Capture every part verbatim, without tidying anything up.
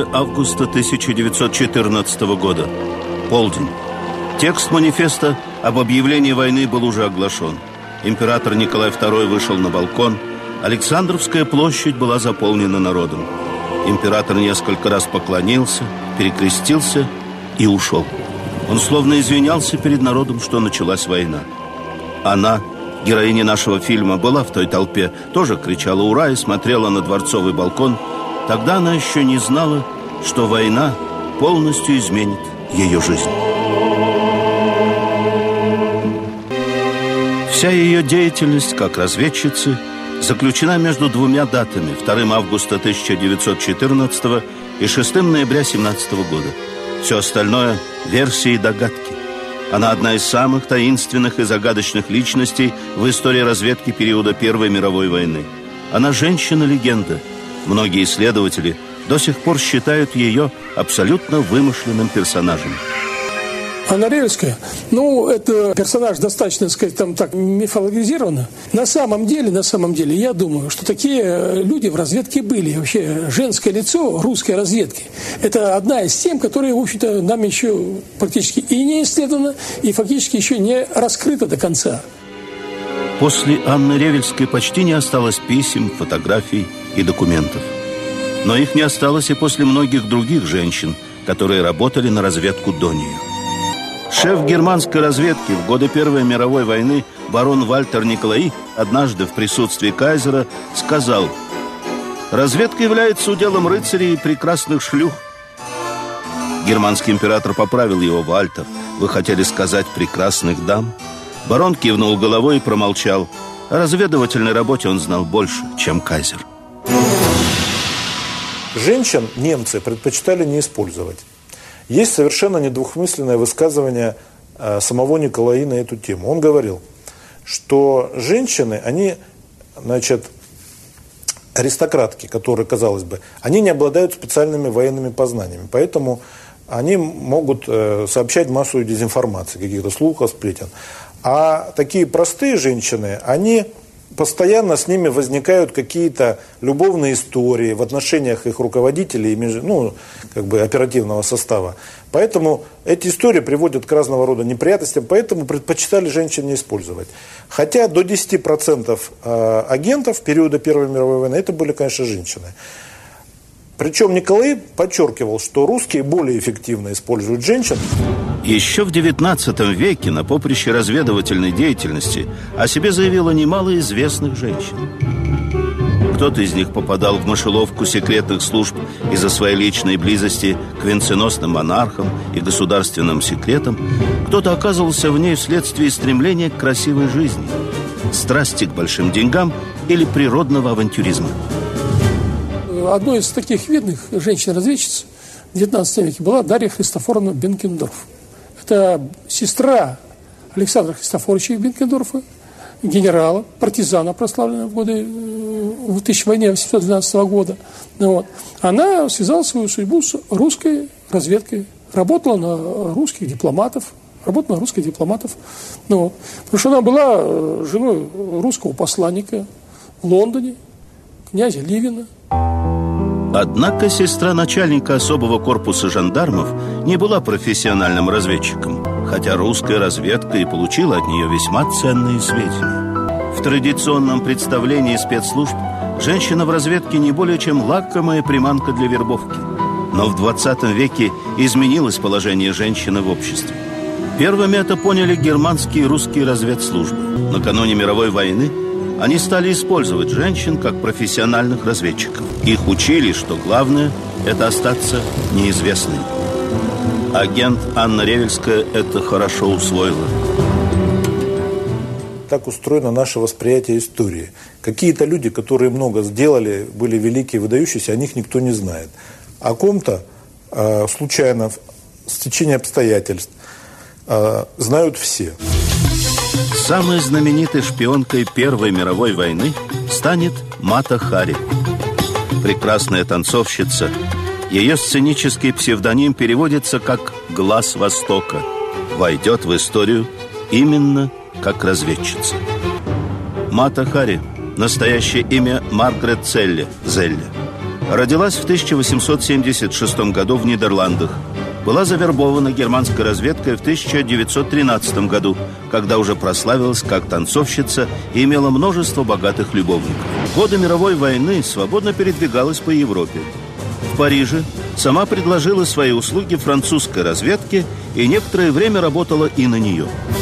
августа тысяча девятьсот четырнадцатого года. Полдень. Текст манифеста об объявлении войны был уже оглашен. Император Николай второй вышел на балкон. Александровская площадь была заполнена народом. Император несколько раз поклонился, перекрестился и ушел. Он словно извинялся перед народом, что началась война. Она, героиня нашего фильма, была в той толпе, тоже кричала «Ура!» и смотрела на дворцовый балкон. Тогда она еще не знала, что война полностью изменит ее жизнь. Вся ее деятельность как разведчицы заключена между двумя датами: второго августа тысяча девятьсот четырнадцатого и шестого ноября семнадцатого года. Все остальное – версии и догадки. Она одна из самых таинственных и загадочных личностей в истории разведки периода Первой мировой войны. Она женщина-легенда. Многие исследователи до сих пор считают ее абсолютно вымышленным персонажем. Анна Ревельская, ну, это персонаж достаточно, так сказать, там так мифологизирован. На самом деле, на самом деле, я думаю, что такие люди в разведке были. Вообще, женское лицо русской разведки – это одна из тем, которые, в общем-то, нам еще практически и не исследована, и фактически еще не раскрыта до конца. После Анны Ревельской почти не осталось писем, фотографий и документов. Но их не осталось и после многих других женщин, которые работали на разведку до нее. Шеф германской разведки в годы Первой мировой войны барон Вальтер Николай однажды в присутствии кайзера сказал: «Разведка является уделом рыцарей и прекрасных шлюх». Германский император поправил его: «Вальтер, вы хотели сказать прекрасных дам?» Барон кивнул головой и промолчал. О разведывательной работе он знал больше, чем кайзер. Женщин немцы предпочитали не использовать. Есть совершенно недвусмысленное высказывание э, самого Николая на эту тему. Он говорил, что женщины, они, значит, аристократки, которые, казалось бы, они не обладают специальными военными познаниями, поэтому они могут э, сообщать массу дезинформации, каких-то слухов, сплетен. А такие простые женщины, они постоянно с ними возникают какие-то любовные истории в отношениях их руководителей, ну, как бы оперативного состава. Поэтому эти истории приводят к разного рода неприятностям, поэтому предпочитали женщин не использовать. Хотя до десяти процентов агентов периода Первой мировой войны это были, конечно, женщины. Причем Николай подчеркивал, что русские более эффективно используют женщин. Еще в девятнадцатом веке на поприще разведывательной деятельности о себе заявило немало известных женщин. Кто-то из них попадал в мышеловку секретных служб из-за своей личной близости к венценосным монархам и государственным секретам. Кто-то оказывался в ней вследствие стремления к красивой жизни, страсти к большим деньгам или природного авантюризма. Одной из таких видных женщин-разведчиц в девятнадцатом веке была Дарья Христофоровна Бенкендорф. Это сестра Александра Христофоровича Бенкендорфа, генерала, партизана, прославленного в годы в тысяча восемьсот двенадцатого года. Вот. Она связала свою судьбу с русской разведкой, работала на русских дипломатов, работала на русских дипломатов. Вот. Потому что она была женой русского посланника в Лондоне, князя Ливина. Однако сестра начальника особого корпуса жандармов не была профессиональным разведчиком, хотя русская разведка и получила от нее весьма ценные сведения. В традиционном представлении спецслужб женщина в разведке не более чем лакомая приманка для вербовки. Но в двадцатом веке изменилось положение женщины в обществе. Первыми это поняли германские и русские разведслужбы. Накануне мировой войны они стали использовать женщин как профессиональных разведчиков. Их учили, что главное – это остаться неизвестной. Агент Анна Ревельская это хорошо усвоила. Так устроено наше восприятие истории. Какие-то люди, которые много сделали, были великие, выдающиеся, о них никто не знает. О ком-то э, случайно, в течение обстоятельств, э, знают все. Самой знаменитой шпионкой Первой мировой войны станет Мата Хари. Прекрасная танцовщица. Ее сценический псевдоним переводится как «Глаз Востока». Войдет в историю именно как разведчица. Мата Хари. Настоящее имя Маргарет Целле, Зелле. Родилась в тысяча восемьсот семьдесят шестом году в Нидерландах. Была завербована германской разведкой в тысяча девятьсот тринадцатом году, когда уже прославилась как танцовщица и имела множество богатых любовников. В годы мировой войны свободно передвигалась по Европе. В Париже сама предложила свои услуги французской разведке и некоторое время работала и на нее.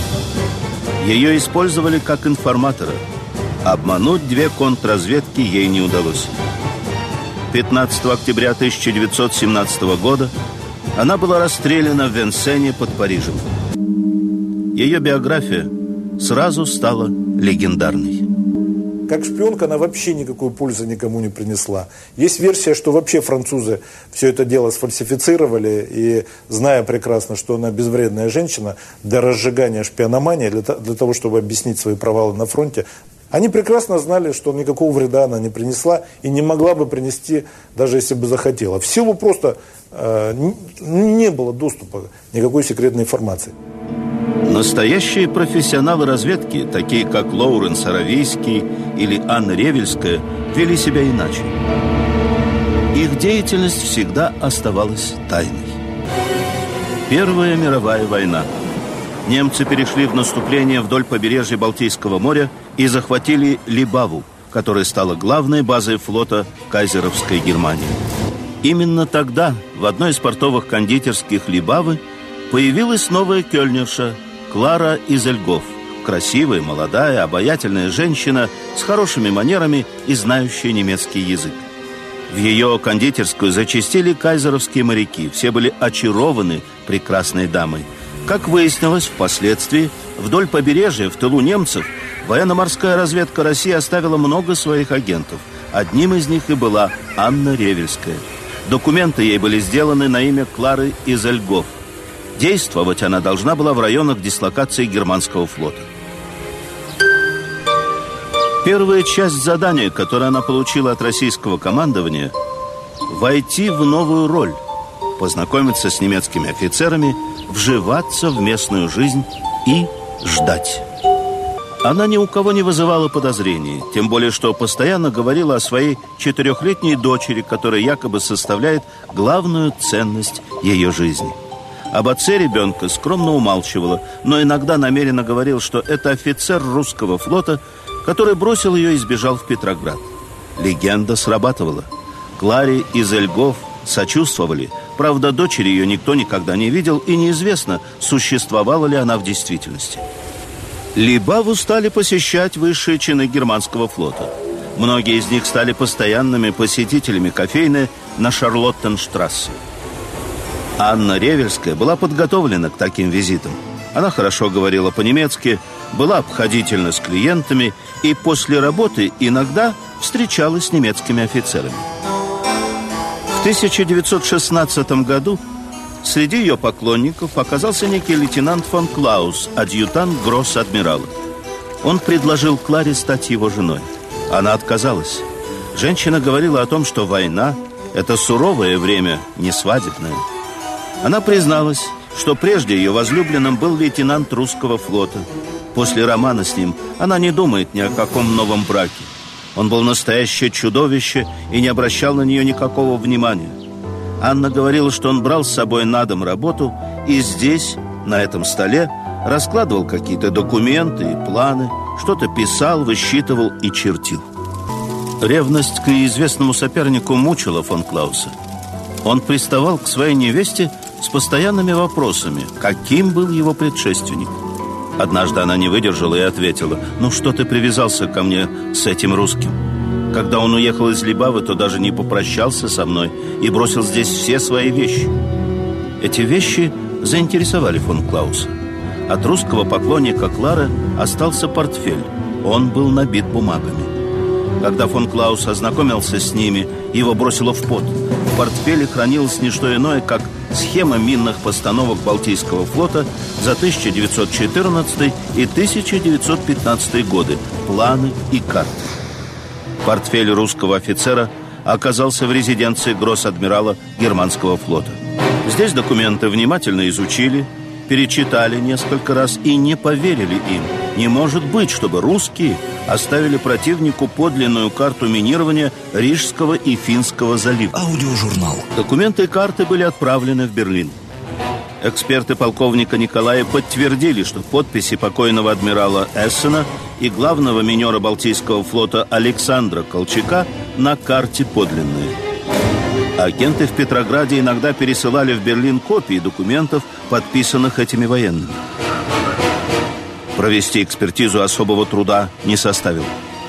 Ее использовали как информатора. Обмануть две контрразведки ей не удалось. пятнадцатого октября тысяча девятьсот семнадцатого года она была расстреляна в Венсене под Парижем. Ее биография сразу стала легендарной. Как шпионка она вообще никакой пользы никому не принесла. Есть версия, что вообще французы все это дело сфальсифицировали, и, зная прекрасно, что она безвредная женщина, для разжигания шпиономании, для, для того, чтобы объяснить свои провалы на фронте, они прекрасно знали, что никакого вреда она не принесла и не могла бы принести, даже если бы захотела. В силу просто э, не было доступа никакой секретной информации. Настоящие профессионалы разведки, такие как Лоуренс Аравийский или Анна Ревельская, вели себя иначе. Их деятельность всегда оставалась тайной. Первая мировая война. Немцы перешли в наступление вдоль побережья Балтийского моря и захватили Либаву, которая стала главной базой флота кайзеровской Германии. Именно тогда в одной из портовых кондитерских Либавы появилась новая кёльнерша Клара Изельгоф, красивая, молодая, обаятельная женщина с хорошими манерами и знающая немецкий язык. В ее кондитерскую зачастили кайзеровские моряки. Все были очарованы прекрасной дамой. Как выяснилось впоследствии, вдоль побережья, в тылу немцев, военно-морская разведка России оставила много своих агентов. Одним из них и была Анна Ревельская. Документы ей были сделаны на имя Клары Изельгоф. Действовать она должна была в районах дислокации германского флота. Первая часть задания, которую она получила от российского командования – войти в новую роль, познакомиться с немецкими офицерами, вживаться в местную жизнь и ждать. Она ни у кого не вызывала подозрений, тем более, что постоянно говорила о своей четырехлетней дочери, которая якобы составляет главную ценность ее жизни. Об отце ребенка скромно умалчивала, но иногда намеренно говорил, что это офицер русского флота, который бросил ее и сбежал в Петроград. Легенда срабатывала. Кларе Изельгоф сочувствовали. Правда, дочери ее никто никогда не видел, и неизвестно, существовала ли она в действительности. Либаву стали посещать высшие чины германского флота. Многие из них стали постоянными посетителями кофейной на Шарлоттенштрассе. Анна Ревельская была подготовлена к таким визитам. Она хорошо говорила по-немецки, была обходительна с клиентами и после работы иногда встречалась с немецкими офицерами. В тысяча девятьсот шестнадцатом году среди ее поклонников оказался некий лейтенант фон Клаус, адъютант гросс-адмирала. Он предложил Кларе стать его женой. Она отказалась. Женщина говорила о том, что война – это суровое время, не свадебное. Она призналась, что прежде ее возлюбленным был лейтенант русского флота. После романа с ним она не думает ни о каком новом браке. Он был настоящее чудовище и не обращал на нее никакого внимания. Анна говорила, что он брал с собой на дом работу и здесь, на этом столе, раскладывал какие-то документы и планы, что-то писал, высчитывал и чертил. Ревность к неизвестному сопернику мучила фон Клауса. Он приставал к своей невесте с постоянными вопросами, каким был его предшественник. Однажды она не выдержала и ответила: «Ну что ты привязался ко мне с этим русским? Когда он уехал из Либавы, то даже не попрощался со мной и бросил здесь все свои вещи». Эти вещи заинтересовали фон Клауса. От русского поклонника Клары остался портфель. Он был набит бумагами. Когда фон Клаус ознакомился с ними, его бросило в пот. В портфеле хранилось не что иное, как схема минных постановок Балтийского флота за тысяча девятьсот четырнадцатый и тысяча девятьсот пятнадцатый годы, планы и карты. Портфель русского офицера оказался в резиденции гросс-адмирала германского флота. Здесь документы внимательно изучили, перечитали несколько раз и не поверили им. Не может быть, чтобы русские оставили противнику подлинную карту минирования Рижского и Финского заливов. Аудиожурнал. Документы и карты были отправлены в Берлин. Эксперты полковника Николая подтвердили, что подписи покойного адмирала Эссена и главного минера Балтийского флота Александра Колчака на карте подлинные. Агенты в Петрограде иногда пересылали в Берлин копии документов, подписанных этими военными. Провести экспертизу особого труда не составило.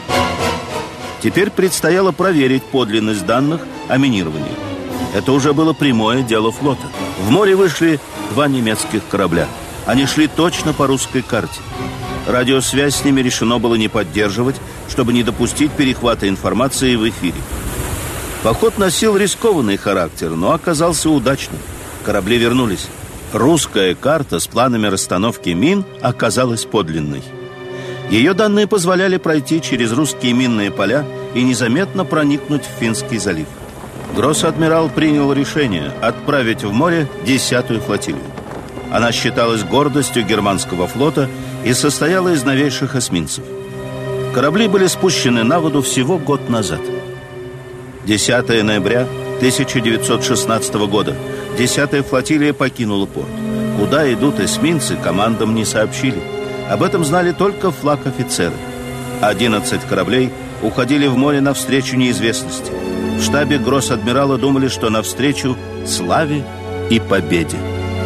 Теперь предстояло проверить подлинность данных о минировании. Это уже было прямое дело флота. В море вышли два немецких корабля. Они шли точно по русской карте. Радиосвязь с ними решено было не поддерживать, чтобы не допустить перехвата информации в эфире. Поход носил рискованный характер, но оказался удачным. Корабли вернулись. Русская карта с планами расстановки мин оказалась подлинной. Ее данные позволяли пройти через русские минные поля и незаметно проникнуть в Финский залив. Гросс-адмирал принял решение отправить в море десятую флотилию. Она считалась гордостью германского флота и состояла из новейших эсминцев. Корабли были спущены на воду всего год назад. десятого ноября тысяча девятьсот шестнадцатого года десятая флотилия покинула порт. Куда идут эсминцы, командам не сообщили. Об этом знали только флаг-офицеры. одиннадцать кораблей уходили в море навстречу неизвестности. В штабе гросс-адмирала думали, что навстречу славе и победе.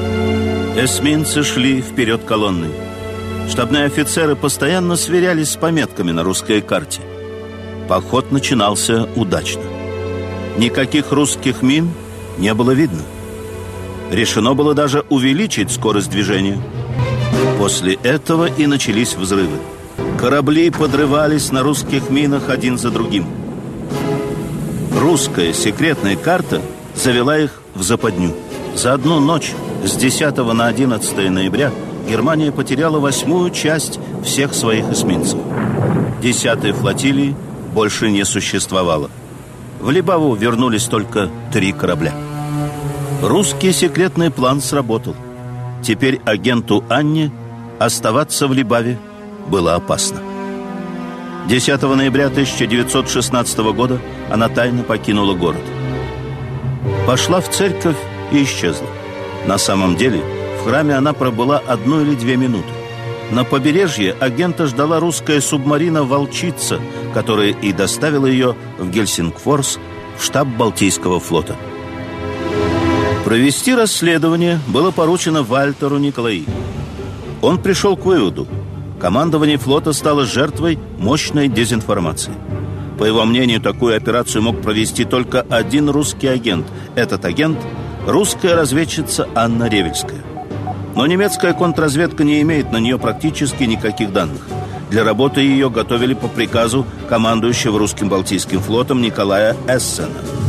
Эсминцы шли вперед колонной. Штабные офицеры постоянно сверялись с пометками на русской карте. Поход начинался удачно. Никаких русских мин не было видно. Решено было даже увеличить скорость движения. После этого и начались взрывы. Корабли подрывались на русских минах один за другим. Русская секретная карта завела их в западню. За одну ночь с десятого на одиннадцатое ноября Германия потеряла восьмую часть всех своих эсминцев. Десятой флотилии больше не существовало. В Либаву вернулись только три корабля. Русский секретный план сработал. Теперь агенту Анне оставаться в Либаве было опасно. десятого ноября тысяча девятьсот шестнадцатого года она тайно покинула город. Пошла в церковь и исчезла. На самом деле в храме она пробыла одну или две минуты. На побережье агента ждала русская субмарина «Волчица», которая и доставила ее в Гельсингфорс, в штаб Балтийского флота. Провести расследование было поручено Вальтеру Николаи. Он пришел к выводу: командование флота стало жертвой мощной дезинформации. По его мнению, такую операцию мог провести только один русский агент. Этот агент – русская разведчица Анна Ревельская. Но немецкая контрразведка не имеет на нее практически никаких данных. Для работы ее готовили по приказу командующего русским Балтийским флотом Николая Эссена.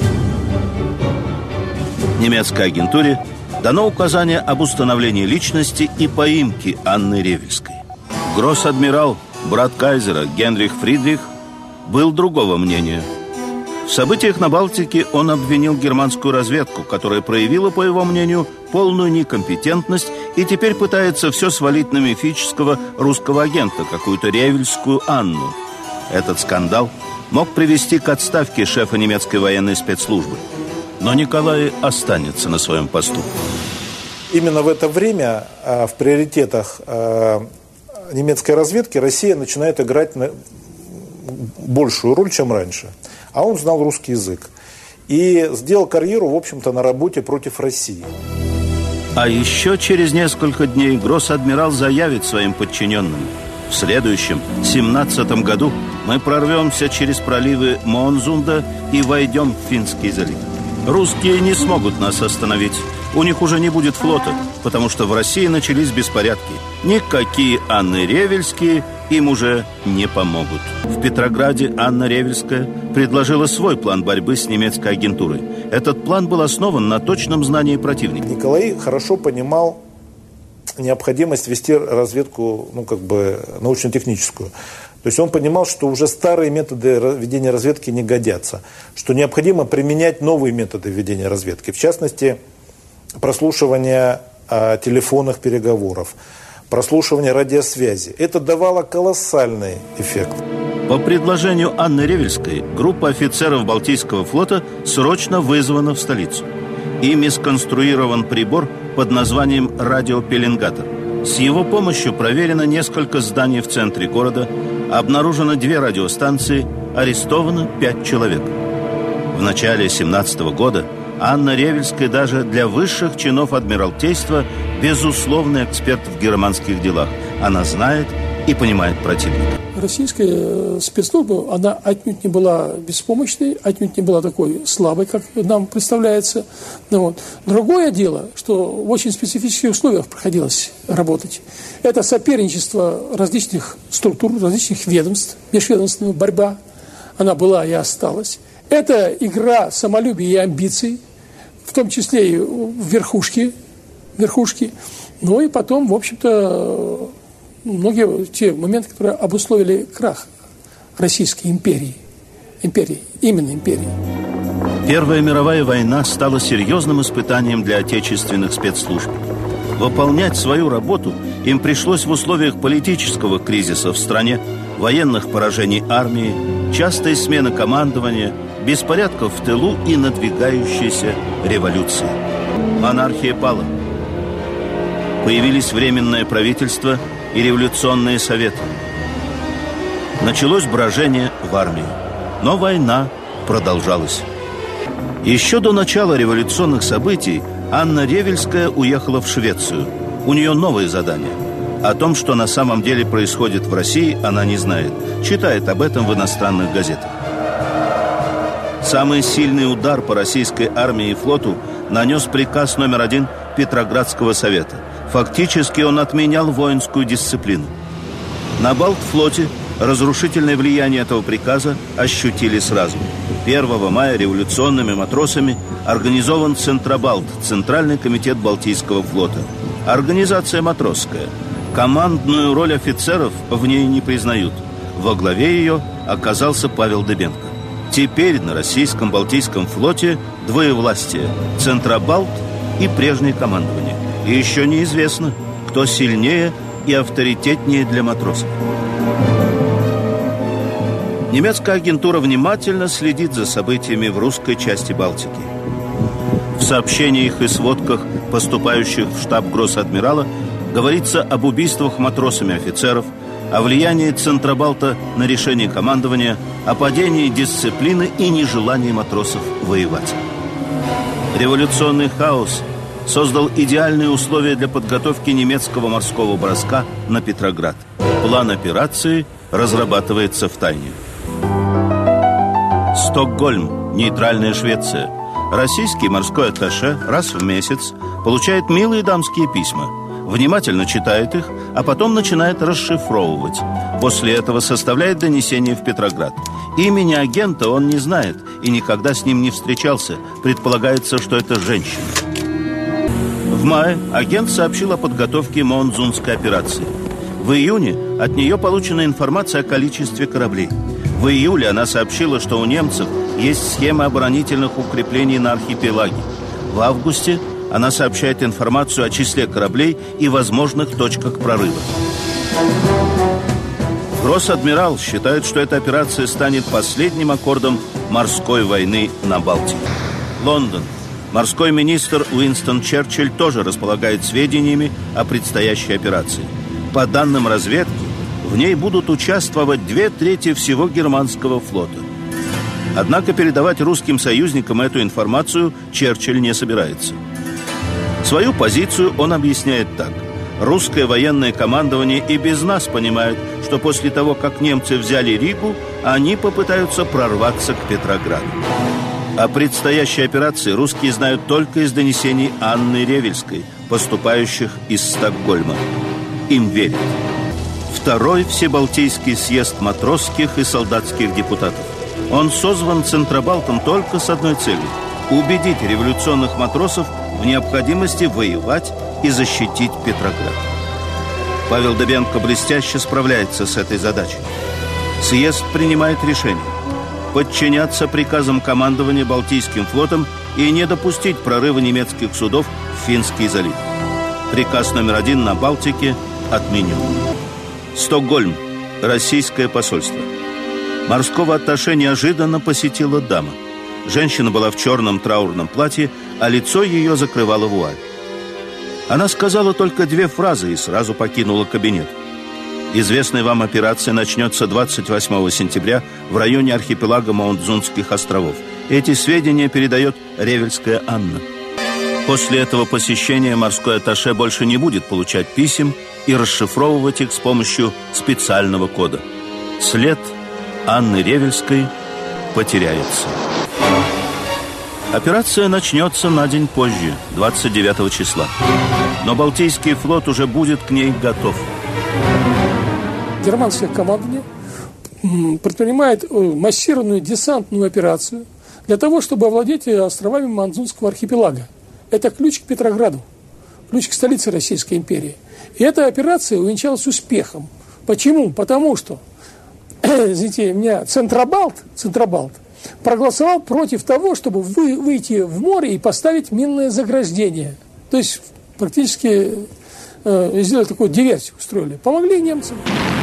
Немецкой агентуре дано указание об установлении личности и поимке Анны Ревельской. Гросс-адмирал, брат кайзера Генрих Фридрих, был другого мнения. В событиях на Балтике он обвинил германскую разведку, которая проявила, по его мнению, полную некомпетентность и теперь пытается все свалить на мифического русского агента, какую-то Ревельскую Анну. Этот скандал мог привести к отставке шефа немецкой военной спецслужбы. Но Николай останется на своем посту. Именно в это время в приоритетах немецкой разведки Россия начинает играть большую роль, чем раньше. А он знал русский язык. И сделал карьеру, в общем-то, на работе против России. А еще через несколько дней гросс-адмирал заявит своим подчиненным: в следующем, семнадцатом году, мы прорвемся через проливы Моонзунда и войдем в Финский залив. Русские не смогут нас остановить. У них уже не будет флота, потому что в России начались беспорядки. Никакие Анны Ревельские им уже не помогут. В Петрограде Анна Ревельская предложила свой план борьбы с немецкой агентурой. Этот план был основан на точном знании противника. Николай хорошо понимал необходимость вести разведку, ну, как бы, научно-техническую. То есть он понимал, что уже старые методы ведения разведки не годятся, что необходимо применять новые методы ведения разведки. В частности, прослушивание а, телефонных переговоров, прослушивание радиосвязи. Это давало колоссальный эффект. По предложению Анны Ревельской группа офицеров Балтийского флота срочно вызвана в столицу. Ими сконструирован прибор под названием радиопеленгатор. С его помощью проверено несколько зданий в центре города, обнаружено две радиостанции, арестовано пять человек. В начале семнадцатого года Анна Ревельская даже для высших чинов Адмиралтейства безусловный эксперт в германских делах. Она знает и понимает противника. Российская спецслужба, она отнюдь не была беспомощной, отнюдь не была такой слабой, как нам представляется. Ну, вот. Другое дело, что в очень специфических условиях приходилось работать. Это соперничество различных структур, различных ведомств, межведомственная борьба, она была и осталась. Это игра самолюбия и амбиций, в том числе и в верхушке, верхушке. Ну и потом, в общем-то, многие те моменты, которые обусловили крах Российской империи. Империи, именно империи. Первая мировая война стала серьезным испытанием для отечественных спецслужб. Выполнять свою работу им пришлось в условиях политического кризиса в стране, военных поражений армии, частой смены командования, беспорядков в тылу и надвигающейся революции. Монархия пала. Появились Временное правительство и революционные советы. Началось брожение в армии, но война продолжалась. Еще до начала революционных событий Анна Ревельская уехала в Швецию. У нее новые задания. О том, что на самом деле происходит в России, она не знает. Читает об этом в иностранных газетах. Самый сильный удар по российской армии и флоту нанес приказ номер один Петроградского совета. Фактически он отменял воинскую дисциплину. На Балтфлоте разрушительное влияние этого приказа ощутили сразу. первого мая революционными матросами организован Центробалт, Центральный комитет Балтийского флота. Организация матросская. Командную роль офицеров в ней не признают. Во главе ее оказался Павел Дыбенко. Теперь на российском Балтийском флоте двоевластие – Центробалт и прежнее командование. И еще неизвестно, кто сильнее и авторитетнее для матросов. Немецкая агентура внимательно следит за событиями в русской части Балтики. В сообщениях и сводках, поступающих в штаб гросс-адмирала, говорится об убийствах матросами офицеров, о влиянии Центробалта на решение командования, о падении дисциплины и нежелании матросов воевать. Революционный хаос создал идеальные условия для подготовки немецкого морского броска на Петроград. План операции разрабатывается втайне. Стокгольм, нейтральная Швеция. Российский морской атташе раз в месяц получает милые дамские письма, внимательно читает их, а потом начинает расшифровывать. После этого составляет донесение в Петроград. Имени агента он не знает и никогда с ним не встречался. Предполагается, что это женщина. В мае агент сообщил о подготовке Моонзунской операции. В июне от нее получена информация о количестве кораблей. В июле она сообщила, что у немцев есть схемы оборонительных укреплений на архипелаге. В августе она сообщает информацию о числе кораблей и возможных точках прорыва. Гросс-адмирал считает, что эта операция станет последним аккордом морской войны на Балтике. Лондон. Морской министр Уинстон Черчилль тоже располагает сведениями о предстоящей операции. По данным разведки, в ней будут участвовать две трети всего германского флота. Однако передавать русским союзникам эту информацию Черчилль не собирается. Свою позицию он объясняет так. Русское военное командование и без нас понимает, что после того, как немцы взяли Ригу, они попытаются прорваться к Петрограду. О предстоящей операции русские знают только из донесений Анны Ревельской, поступающих из Стокгольма. Им верят. Второй Всебалтийский съезд матросских и солдатских депутатов. Он созван Центробалтом только с одной целью – убедить революционных матросов в необходимости воевать и защитить Петроград. Павел Дыбенко блестяще справляется с этой задачей. Съезд принимает решение подчиняться приказам командования Балтийским флотом и не допустить прорыва немецких судов в Финский залив. Приказ номер один на Балтике отменен. Стокгольм. Российское посольство. Морского атташе неожиданно посетила дама. Женщина была в черном траурном платье, а лицо ее закрывала вуаль. Она сказала только две фразы и сразу покинула кабинет. Известная вам операция начнется двадцать восьмого сентября в районе архипелага Маунтзунских островов. Эти сведения передает Ревельская Анна. После этого посещения морской атташе больше не будет получать писем и расшифровывать их с помощью специального кода. След Анны Ревельской потеряется. Операция начнется на день позже, двадцать девятого числа. Но Балтийский флот уже будет к ней готов. Германское командование предпринимает массированную десантную операцию для того, чтобы овладеть островами Манзунского архипелага. Это ключ к Петрограду, ключ к столице Российской империи. И эта операция увенчалась успехом. Почему? Потому что, извините меня, Центробалт, Центробалт проголосовал против того, чтобы вы, выйти в море и поставить минное заграждение. То есть практически э, сделали такую диверсию, устроили. Помогли немцам.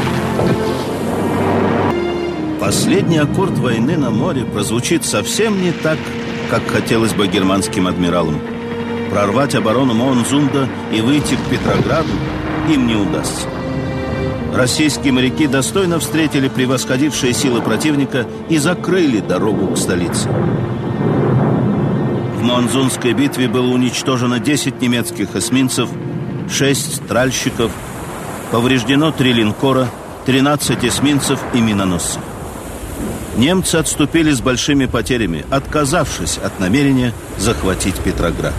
Последний аккорд войны на море прозвучит совсем не так, как хотелось бы германским адмиралам. Прорвать оборону Моонзунда и выйти к Петрограду им не удастся. Российские моряки достойно встретили превосходившие силы противника и закрыли дорогу к столице. В Моонзунской битве было уничтожено десять немецких эсминцев, шесть тральщиков, повреждено три линкора, тринадцать эсминцев и миноносцев. Немцы отступили с большими потерями, отказавшись от намерения захватить Петроград.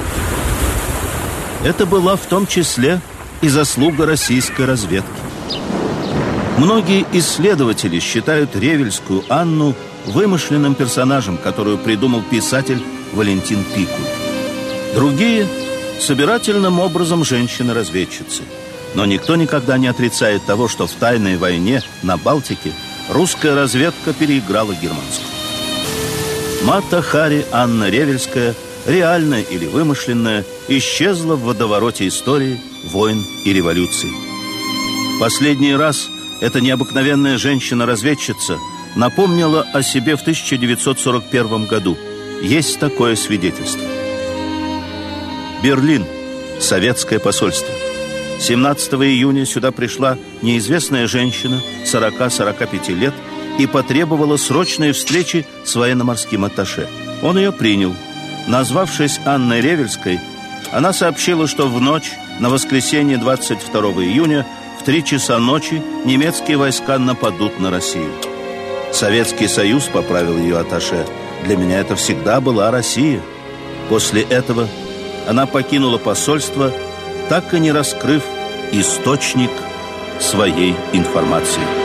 Это была в том числе и заслуга российской разведки. Многие исследователи считают Ревельскую Анну вымышленным персонажем, которую придумал писатель Валентин Пикуль. Другие – собирательным образом женщины-разведчицы. Но никто никогда не отрицает того, что в тайной войне на Балтике русская разведка переиграла германскую. Мата Хари Анна Ревельская, реальная или вымышленная, исчезла в водовороте истории, войн и революций. Последний раз эта необыкновенная женщина-разведчица напомнила о себе в тысяча девятьсот сорок первом году. Есть такое свидетельство. Берлин. Советское посольство. семнадцатого июня сюда пришла неизвестная женщина сорока-сорока пяти лет и потребовала срочной встречи с военно-морским атташе. Он ее принял. Назвавшись Анной Ревельской, она сообщила, что в ночь на воскресенье двадцать второго июня в три часа ночи немецкие войска нападут на Россию. Советский Союз, поправил ее атташе, для меня это всегда была Россия. После этого она покинула посольство, так и не раскрыв источник своей информации.